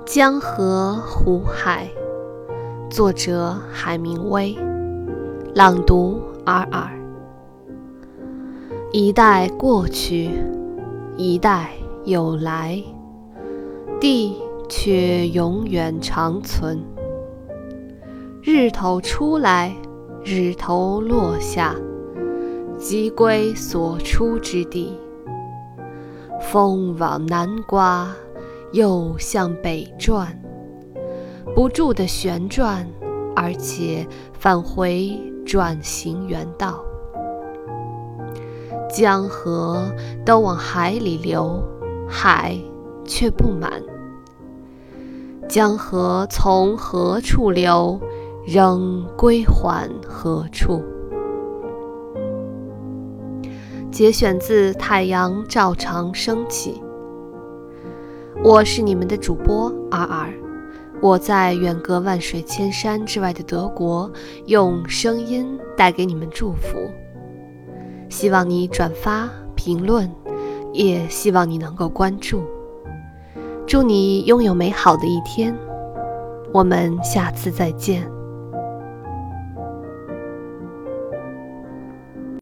江河湖海，作者海明威，朗读尔尔。一代过去，一代又来，地却永远长存。日头出来，日头落下，即归所出之地。风往南刮，又向北转，不住地旋转，而且返回转行原道。江河都往海里流，海却不满。江河从何处流，仍归还何处？节选自《太阳照常升起》。我是你们的主播尔尔，我在远隔万水千山之外的德国，用声音带给你们祝福。希望你转发、评论，也希望你能够关注。祝你拥有美好的一天，我们下次再见。